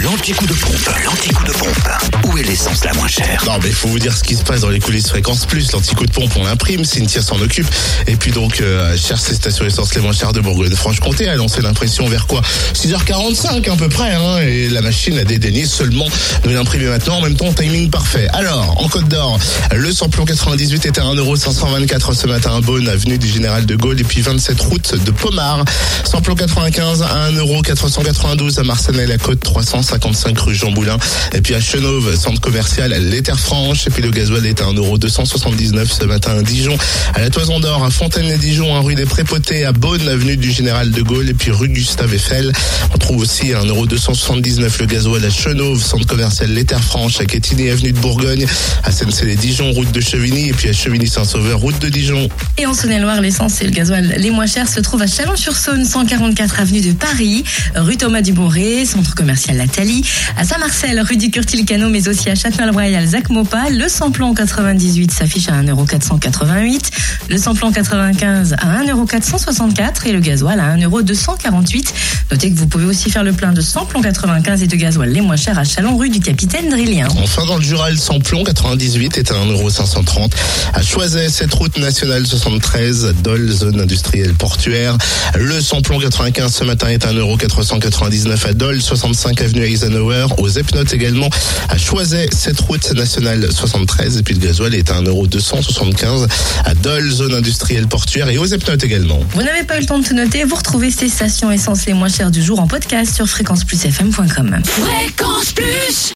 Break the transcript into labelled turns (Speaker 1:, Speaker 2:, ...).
Speaker 1: L'anti-coup de pompe. L'anti-coup de pompe. Où est l'essence la moins chère?
Speaker 2: Non, mais il faut vous dire ce qui se passe dans les coulisses Fréquence Plus. L'anti-coup de pompe, on l'imprime, Cynthia s'en occupe. Et puis donc, cherche ces stations essence les moins chères de Bourgogne-Franche-Comté. A lancé l'impression vers quoi 6h45 à peu près, hein. Et la machine a dédaigné seulement de l'imprimer maintenant. En même temps, timing parfait. Alors, en Côte d'Or, le samplon 98 était à 1,524€ ce matin à Beaune, avenue du Général de Gaulle. Et puis 27 route de Pomard. Samplon 95 à 1,492€ à Marcenay-la-Côte, 355 rue Jean Boulin. Et puis à Chenauve, centre commercial Les Terres Franches. Et puis le gasoil est à 1,279€ ce matin à Dijon. À la Toison d'Or, à Fontaine-les-Dijon, rue des Prépotés, à Beaune, avenue du Général de Gaulle. Et puis rue Gustave Eiffel. On trouve aussi à 1,279€ le gasoil à Chenauve, centre commercial Les Terres Franches, à Quétigny, avenue de Bourgogne, à Sennecey-les-Dijon, route de Chevigny. Et puis à Chevigny-Saint-Sauveur, route de Dijon.
Speaker 3: Et en Saône-et-Loire, l'essence et le gasoil les moins chers se trouvent à Chalon-sur-Saône, 144 avenue de Paris, rue Thomas Dubouré, centre commercial Lathalie, à Saint-Marcel, rue du Curtil-Cano, mais aussi à Châtenay-le-Royal, Zac-Mopa. Le samplon 98 s'affiche à 1,488€, le samplon 95 à 1,464€ et le gasoil à 1,248€. Notez que vous pouvez aussi faire le plein de samplon 95 et de gasoil les moins chers à Chalon, rue du Capitaine Drillien.
Speaker 2: Enfin, dans le Jura, le samplon 98 est à 1,530€. À Choiset, cette route nationale 73, Dole, zone industrielle portuaire. Le samplon 95 ce matin est à 1,499€ à Dole, 65 avenue Eisenhower. Aux Epnotes également, à Choiset, cette route nationale 73. Et puis le gasoil est à 1,275€ à Dole, zone industrielle portuaire. Et aux Epnotes également.
Speaker 3: Vous n'avez pas eu le temps de tout noter, vous retrouvez ces stations essence les moins chères du jour en podcast sur fréquenceplusfm.com.
Speaker 1: Fréquence Plus.